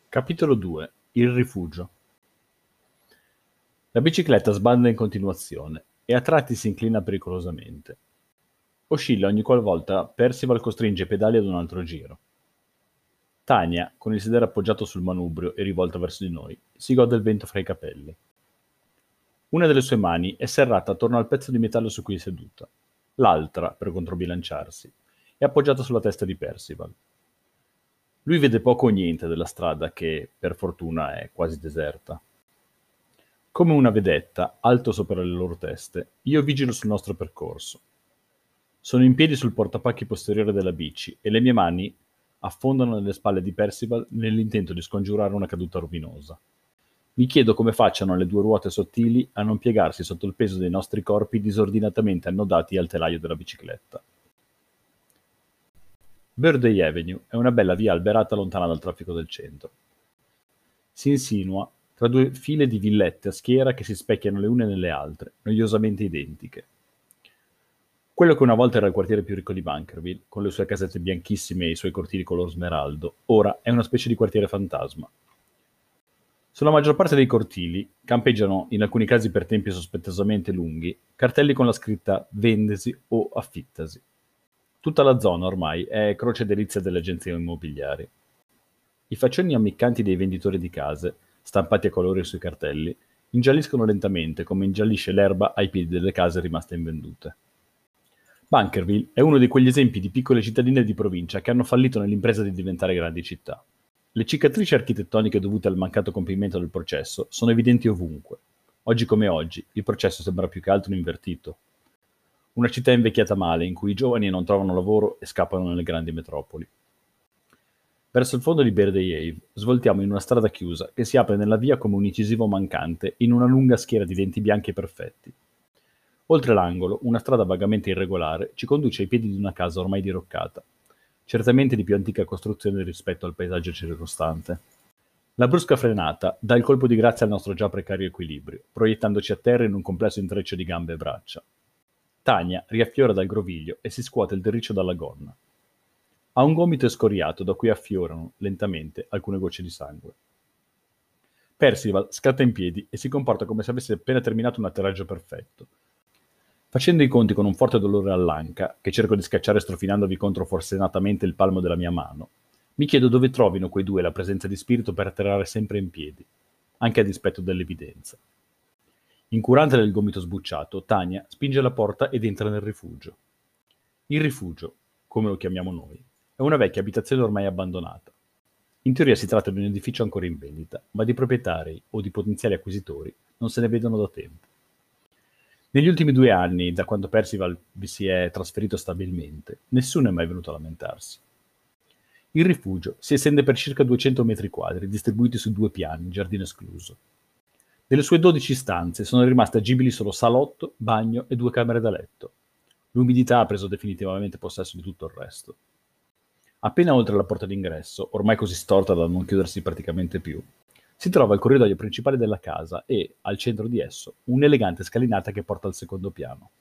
Capitolo 2. Il rifugio. La bicicletta sbanda in continuazione e a tratti si inclina pericolosamente. Oscilla ogni qualvolta Percival costringe i pedali ad un altro giro. Tania, con il sedere appoggiato sul manubrio e rivolta verso di noi, si gode il vento fra i capelli. Una delle sue mani è serrata attorno al pezzo di metallo su cui è seduta. L'altra, per controbilanciarsi, è appoggiata sulla testa di Percival. Lui vede poco o niente della strada che, per fortuna, è quasi deserta. Come una vedetta, alto sopra le loro teste, io vigilo sul nostro percorso. Sono in piedi sul portapacchi posteriore della bici e le mie mani affondano nelle spalle di Percival nell'intento di scongiurare una caduta rovinosa. Mi chiedo come facciano le due ruote sottili a non piegarsi sotto il peso dei nostri corpi disordinatamente annodati al telaio della bicicletta. Birthday Avenue è una bella via alberata lontana dal traffico del centro. Si insinua tra due file di villette a schiera che si specchiano le une nelle altre, noiosamente identiche. Quello che una volta era il quartiere più ricco di Bunkerville, con le sue casette bianchissime e i suoi cortili color smeraldo, ora è una specie di quartiere fantasma. Sulla maggior parte dei cortili campeggiano, in alcuni casi per tempi sospettosamente lunghi, cartelli con la scritta "Vendesi" o "Affittasi". Tutta la zona ormai è croce delizia delle agenzie immobiliari. I faccioni ammiccanti dei venditori di case, stampati a colori sui cartelli, ingialliscono lentamente come ingiallisce l'erba ai piedi delle case rimaste invendute. Bunkerville è uno di quegli esempi di piccole cittadine di provincia che hanno fallito nell'impresa di diventare grandi città. Le cicatrici architettoniche dovute al mancato compimento del processo sono evidenti ovunque. Oggi come oggi, il processo sembra più che altro un invertito. Una città invecchiata male, in cui i giovani non trovano lavoro e scappano nelle grandi metropoli. Verso il fondo di Birthday Ave svoltiamo in una strada chiusa che si apre nella via come un incisivo mancante in una lunga schiera di denti bianchi e perfetti. Oltre l'angolo, una strada vagamente irregolare ci conduce ai piedi di una casa ormai diroccata, certamente di più antica costruzione rispetto al paesaggio circostante. La brusca frenata dà il colpo di grazia al nostro già precario equilibrio, proiettandoci a terra in un complesso intreccio di gambe e braccia. Tania riaffiora dal groviglio e si scuote il terriccio dalla gonna. Ha un gomito scoriato da cui affiorano, lentamente, alcune gocce di sangue. Percival scatta in piedi e si comporta come se avesse appena terminato un atterraggio perfetto. Facendo i conti con un forte dolore all'anca, che cerco di scacciare strofinandovi contro forsennatamente il palmo della mia mano, mi chiedo dove trovino quei due la presenza di spirito per atterrare sempre in piedi, anche a dispetto dell'evidenza. Incurante del gomito sbucciato, Tania spinge la porta ed entra nel rifugio. Il rifugio, come lo chiamiamo noi, è una vecchia abitazione ormai abbandonata. In teoria si tratta di un edificio ancora in vendita, ma di proprietari o di potenziali acquisitori non se ne vedono da tempo. Negli ultimi 2 anni, da quando Percival vi si è trasferito stabilmente, nessuno è mai venuto a lamentarsi. Il rifugio si estende per circa 200 metri quadri, distribuiti su 2 piani, giardino escluso. Delle sue 12 stanze sono rimaste agibili solo salotto, bagno e 2 camere da letto. L'umidità ha preso definitivamente possesso di tutto il resto. Appena oltre la porta d'ingresso, ormai così storta da non chiudersi praticamente più, si trova il corridoio principale della casa e, al centro di esso, un'elegante scalinata che porta al secondo piano.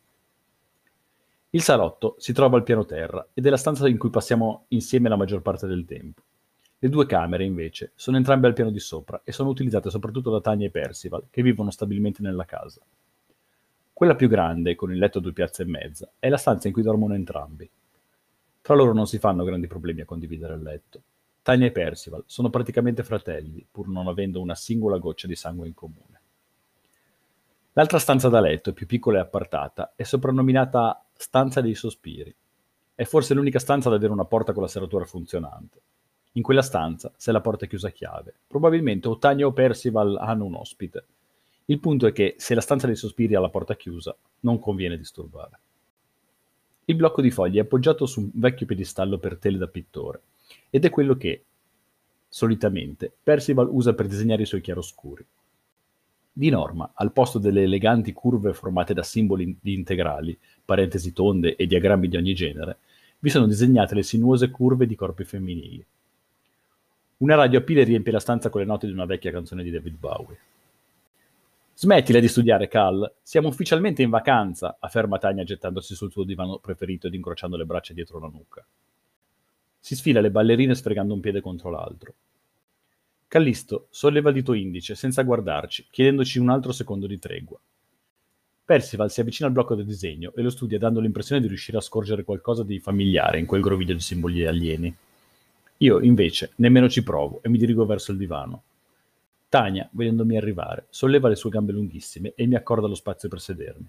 Il salotto si trova al piano terra ed è la stanza in cui passiamo insieme la maggior parte del tempo. Le 2 camere, invece, sono entrambe al piano di sopra e sono utilizzate soprattutto da Tania e Percival, che vivono stabilmente nella casa. Quella più grande, con il letto a 2 piazze e mezza, è la stanza in cui dormono entrambi. Tra loro non si fanno grandi problemi a condividere il letto. Tania e Percival sono praticamente fratelli, pur non avendo una singola goccia di sangue in comune. L'altra stanza da letto, più piccola e appartata, è soprannominata stanza dei sospiri. È forse l'unica stanza ad avere una porta con la serratura funzionante. In quella stanza, se la porta è chiusa a chiave, probabilmente o Tania o Percival hanno un ospite. Il punto è che, se la stanza dei sospiri ha la porta chiusa, non conviene disturbare. Il blocco di fogli è appoggiato su un vecchio piedistallo per tele da pittore, ed è quello che, solitamente, Percival usa per disegnare i suoi chiaroscuri. Di norma, al posto delle eleganti curve formate da simboli di integrali, parentesi tonde e diagrammi di ogni genere, vi sono disegnate le sinuose curve di corpi femminili. Una radio a pile riempie la stanza con le note di una vecchia canzone di David Bowie. Smettila di studiare, Cal. Siamo ufficialmente in vacanza, afferma Tania gettandosi sul suo divano preferito ed incrociando le braccia dietro la nuca. Si sfila le ballerine sfregando un piede contro l'altro. Callisto solleva il dito indice senza guardarci, chiedendoci un altro secondo di tregua. Percival si avvicina al blocco del disegno e lo studia dando l'impressione di riuscire a scorgere qualcosa di familiare in quel groviglio di simboli alieni. Io, invece, nemmeno ci provo e mi dirigo verso il divano. Tania, vedendomi arrivare, solleva le sue gambe lunghissime e mi accorda lo spazio per sedermi.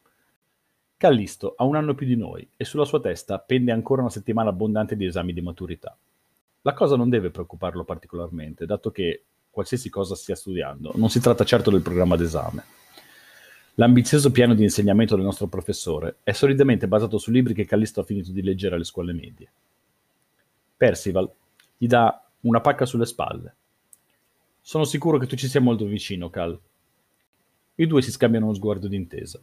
Callisto ha un anno più di noi e sulla sua testa pende ancora una settimana abbondante di esami di maturità. La cosa non deve preoccuparlo particolarmente, dato che, qualsiasi cosa stia studiando, non si tratta certo del programma d'esame. L'ambizioso piano di insegnamento del nostro professore è solidamente basato su libri che Callisto ha finito di leggere alle scuole medie. Percival gli dà una pacca sulle spalle. Sono sicuro che tu ci sia molto vicino, Cal. I due si scambiano uno sguardo d'intesa.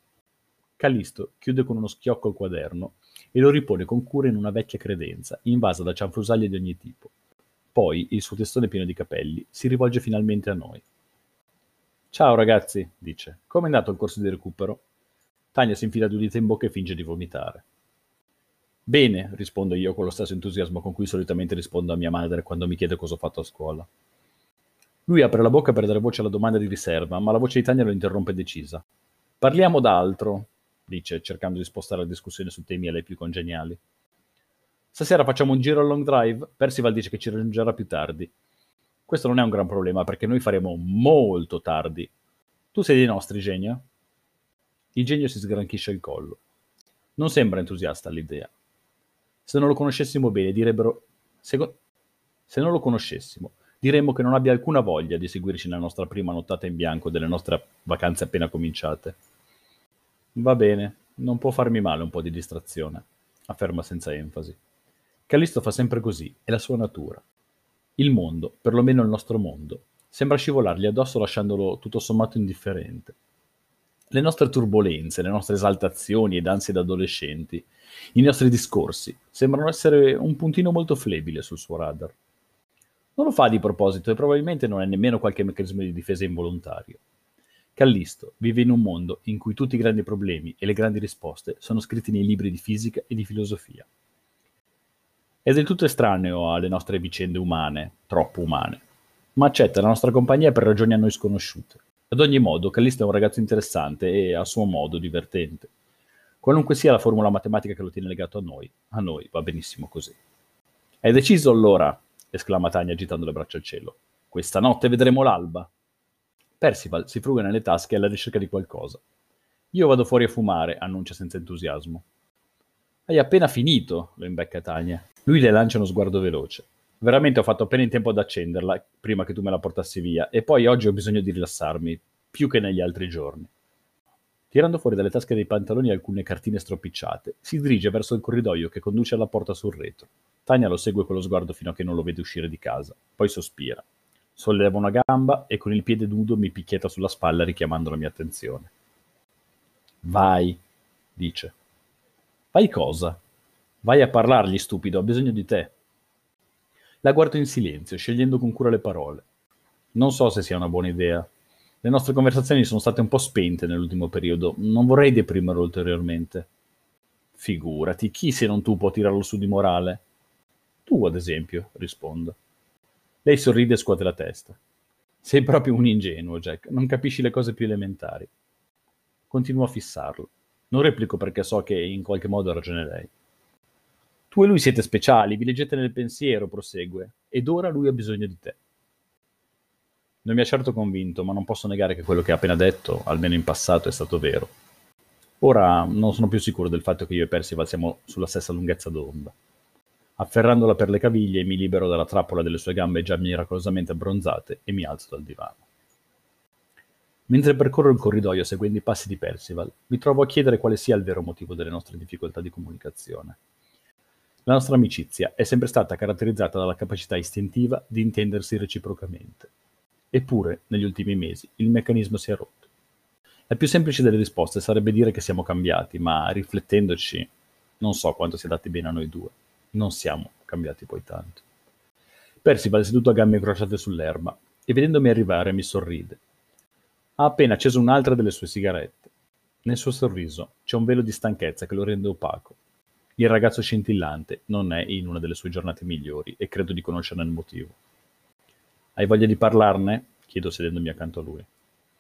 Callisto chiude con uno schiocco il quaderno e lo ripone con cura in una vecchia credenza, invasa da cianfrusaglie di ogni tipo. Poi, il suo testone pieno di capelli, si rivolge finalmente a noi. Ciao ragazzi, dice. Come è andato il corso di recupero? Tania si infila due dita in bocca e finge di vomitare. Bene, rispondo io con lo stesso entusiasmo con cui solitamente rispondo a mia madre quando mi chiede cosa ho fatto a scuola. Lui apre la bocca per dare voce alla domanda di riserva, ma la voce di Tania lo interrompe decisa. Parliamo d'altro, dice, cercando di spostare la discussione su temi a lei più congeniali. Stasera facciamo un giro al long drive? Percival dice che ci raggiungerà più tardi. Questo non è un gran problema, perché noi faremo molto tardi. Tu sei dei nostri, Genio? Il Genio si sgranchisce il collo. Non sembra entusiasta all'idea. Se non lo conoscessimo bene, direbbero... Se non lo conoscessimo, diremmo che non abbia alcuna voglia di seguirci nella nostra prima nottata in bianco delle nostre vacanze appena cominciate. Va bene, non può farmi male un po' di distrazione, afferma senza enfasi. Callisto fa sempre così, è la sua natura. Il mondo, perlomeno il nostro mondo, sembra scivolargli addosso lasciandolo tutto sommato indifferente. Le nostre turbolenze, le nostre esaltazioni ed ansie da adolescenti, i nostri discorsi, sembrano essere un puntino molto flebile sul suo radar. Non lo fa di proposito e probabilmente non è nemmeno qualche meccanismo di difesa involontario. Callisto vive in un mondo in cui tutti i grandi problemi e le grandi risposte sono scritti nei libri di fisica e di filosofia. È del tutto estraneo alle nostre vicende umane, troppo umane, ma accetta la nostra compagnia per ragioni a noi sconosciute. Ad ogni modo, Callisto è un ragazzo interessante e, a suo modo, divertente. Qualunque sia la formula matematica che lo tiene legato a noi va benissimo così. Hai deciso allora? Esclama Tania agitando le braccia al cielo. Questa notte vedremo l'alba. Percival si fruga nelle tasche alla ricerca di qualcosa. Io vado fuori a fumare, annuncia senza entusiasmo. Hai appena finito, lo imbecca Tania. Lui le lancia uno sguardo veloce. Veramente ho fatto appena in tempo ad accenderla, prima che tu me la portassi via, e poi oggi ho bisogno di rilassarmi, più che negli altri giorni. Tirando fuori dalle tasche dei pantaloni alcune cartine stropicciate, si dirige verso il corridoio che conduce alla porta sul retro. Tania lo segue con lo sguardo fino a che non lo vede uscire di casa, poi sospira. Solleva una gamba e con il piede nudo mi picchietta sulla spalla richiamando la mia attenzione. Vai, dice. Vai cosa? Vai a parlargli, stupido, ha bisogno di te. La guardo in silenzio, scegliendo con cura le parole. Non so se sia una buona idea. Le nostre conversazioni sono state un po' spente nell'ultimo periodo, non vorrei deprimerlo ulteriormente. Figurati, chi se non tu può tirarlo su di morale? Tu, ad esempio, rispondo. Lei sorride e scuote la testa. Sei proprio un ingenuo, Jack, non capisci le cose più elementari. Continuo a fissarlo. Non replico perché so che in qualche modo ha ragione lei. Tu e lui siete speciali, vi leggete nel pensiero, prosegue, ed ora lui ha bisogno di te. Non mi ha certo convinto, ma non posso negare che quello che ha appena detto, almeno in passato, è stato vero. Ora non sono più sicuro del fatto che io e Percival siamo sulla stessa lunghezza d'onda. Afferrandola per le caviglie mi libero dalla trappola delle sue gambe già miracolosamente abbronzate e mi alzo dal divano. Mentre percorro il corridoio seguendo i passi di Percival, mi trovo a chiedere quale sia il vero motivo delle nostre difficoltà di comunicazione. La nostra amicizia è sempre stata caratterizzata dalla capacità istintiva di intendersi reciprocamente. Eppure, negli ultimi mesi, il meccanismo si è rotto. La più semplice delle risposte sarebbe dire che siamo cambiati, ma riflettendoci, non so quanto si adatti bene a noi due. Non siamo cambiati poi tanto. Percival è seduto a gambe incrociate sull'erba e vedendomi arrivare mi sorride. Ha appena acceso un'altra delle sue sigarette. Nel suo sorriso c'è un velo di stanchezza che lo rende opaco. Il ragazzo scintillante non è in una delle sue giornate migliori e credo di conoscerne il motivo. Hai voglia di parlarne? Chiedo sedendomi accanto a lui.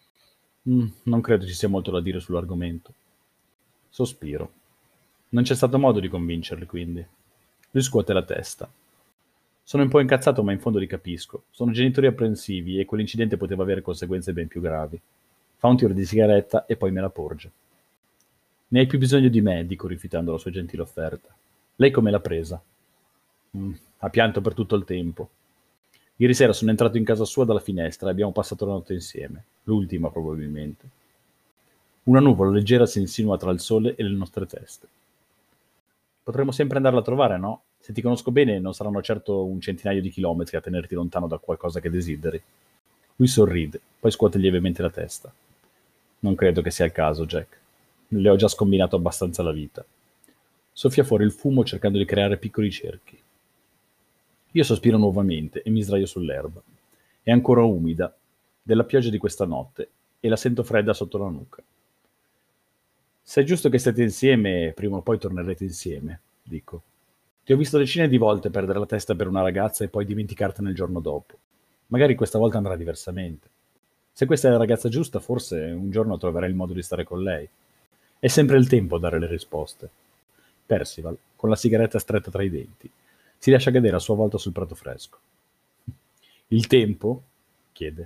Non credo ci sia molto da dire sull'argomento. Sospiro. Non c'è stato modo di convincerli, quindi. Lui scuote la testa. Sono un po' incazzato, ma in fondo li capisco. Sono genitori apprensivi e quell'incidente poteva avere conseguenze ben più gravi. Fa un tiro di sigaretta e poi me la porge. Ne hai più bisogno di me, dico rifiutando la sua gentile offerta. Lei come l'ha presa? Ha pianto per tutto il tempo. Ieri sera sono entrato in casa sua dalla finestra e abbiamo passato la notte insieme. L'ultima, probabilmente. Una nuvola leggera si insinua tra il sole e le nostre teste. Potremmo sempre andarla a trovare, no? Se ti conosco bene, non saranno certo un centinaio di chilometri a tenerti lontano da qualcosa che desideri. Lui sorride, poi scuote lievemente la testa. Non credo che sia il caso, Jack. Le ho già scombinato abbastanza la vita. Soffia fuori il fumo cercando di creare piccoli cerchi. Io sospiro nuovamente e mi sdraio sull'erba. È ancora umida, della pioggia di questa notte, e la sento fredda sotto la nuca. Se è giusto che siete insieme, prima o poi tornerete insieme, dico. Ti ho visto decine di volte perdere la testa per una ragazza e poi dimenticartene il giorno dopo. Magari questa volta andrà diversamente. Se questa è la ragazza giusta, forse un giorno troverai il modo di stare con lei. È sempre il tempo a dare le risposte. Percival, con la sigaretta stretta tra i denti, si lascia cadere a sua volta sul prato fresco. Il tempo? Chiede.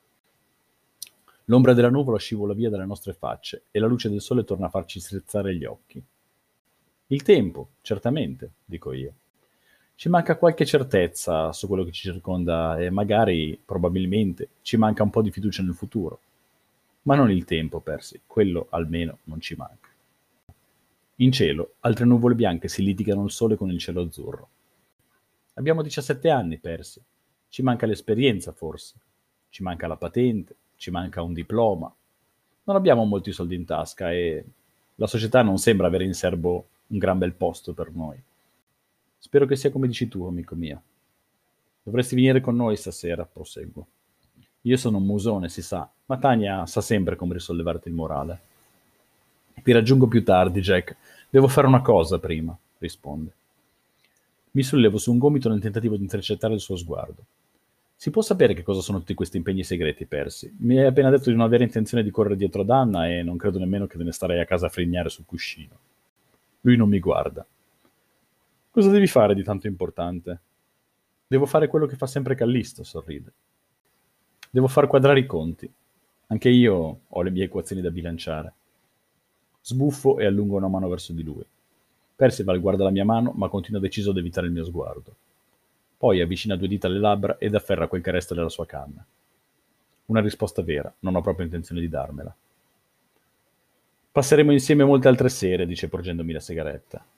L'ombra della nuvola scivola via dalle nostre facce e la luce del sole torna a farci strizzare gli occhi. Il tempo, certamente, dico io. Ci manca qualche certezza su quello che ci circonda e magari, probabilmente, ci manca un po' di fiducia nel futuro. Ma non il tempo, Percy, quello almeno non ci manca. In cielo, altre nuvole bianche si litigano al sole con il cielo azzurro. Abbiamo 17 anni, Percy. Ci manca l'esperienza, forse. Ci manca la patente, ci manca un diploma. Non abbiamo molti soldi in tasca e la società non sembra avere in serbo un gran bel posto per noi. Spero che sia come dici tu, amico mio. Dovresti venire con noi stasera, proseguo. Io sono un musone, si sa, ma Tania sa sempre come risollevarti il morale. Ti raggiungo più tardi, Jack. Devo fare una cosa prima, risponde. Mi sollevo su un gomito nel tentativo di intercettare il suo sguardo. Si può sapere che cosa sono tutti questi impegni segreti, Percy? Mi hai appena detto di non avere intenzione di correre dietro ad Anna e non credo nemmeno che te ne starei a casa a frignare sul cuscino. Lui non mi guarda. Cosa devi fare di tanto importante? Devo fare quello che fa sempre Callisto, sorride. Devo far quadrare i conti. Anche io ho le mie equazioni da bilanciare. Sbuffo e allungo una mano verso di lui. Percival guarda la mia mano, ma continua deciso ad evitare il mio sguardo. Poi avvicina 2 dita alle labbra ed afferra quel che resta della sua canna. Una risposta vera, non ho proprio intenzione di darmela. Passeremo insieme molte altre sere, dice porgendomi la sigaretta.